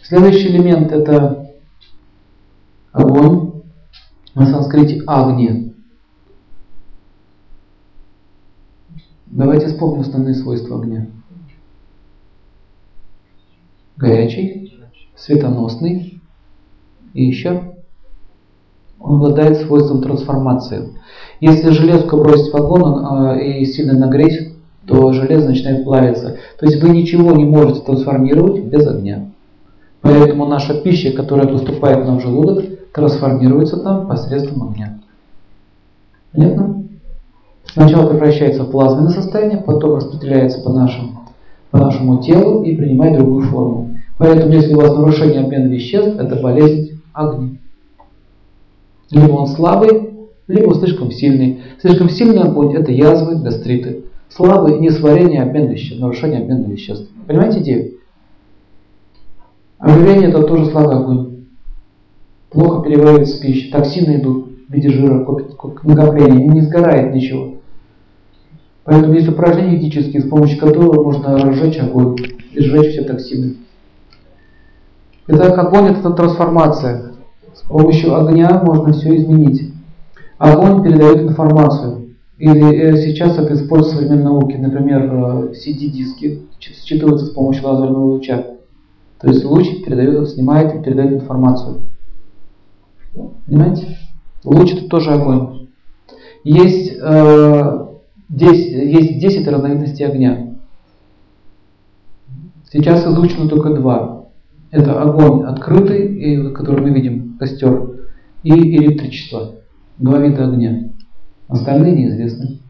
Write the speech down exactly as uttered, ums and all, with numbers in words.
Следующий элемент это огонь. На санскрите агни. Давайте вспомним основные свойства огня. Горячий, светоносный и еще он обладает свойством трансформации. Если железку бросить в огонь и сильно нагреть, то железо начинает плавиться. То есть вы ничего не можете трансформировать без огня. Поэтому наша пища, которая поступает нам в желудок, трансформируется там посредством огня. Понятно? Сначала превращается в плазменное состояние, потом распределяется по нашему, по нашему телу и принимает другую форму. Поэтому, если у вас нарушение обмена веществ, это болезнь огня. Либо он слабый, либо он слишком сильный. Слишком сильный огонь – это язвы, гастриты. Слабый – несварение, обмен веществ, нарушение обмена веществ. Понимаете идею? Ожирение – это тоже слабый огонь. Плохо переваривается пища, токсины идут в виде жира, накопления, не сгорает ничего. Поэтому есть упражнения этические, с помощью которого можно разжечь огонь и сжечь все токсины. Итак, огонь – это трансформация. С помощью огня можно все изменить. Огонь передает информацию. Или сейчас это используется в современной науке. Например, си ди-диски считываются с помощью лазерного луча. То есть луч передает, снимает и передает информацию. Понимаете? Луч это тоже огонь. Есть, э, десять, есть десять разновидностей огня. Сейчас изучено только два. Это огонь открытый, и, который мы видим, костер, и электричество. Два вида огня. Остальные неизвестны.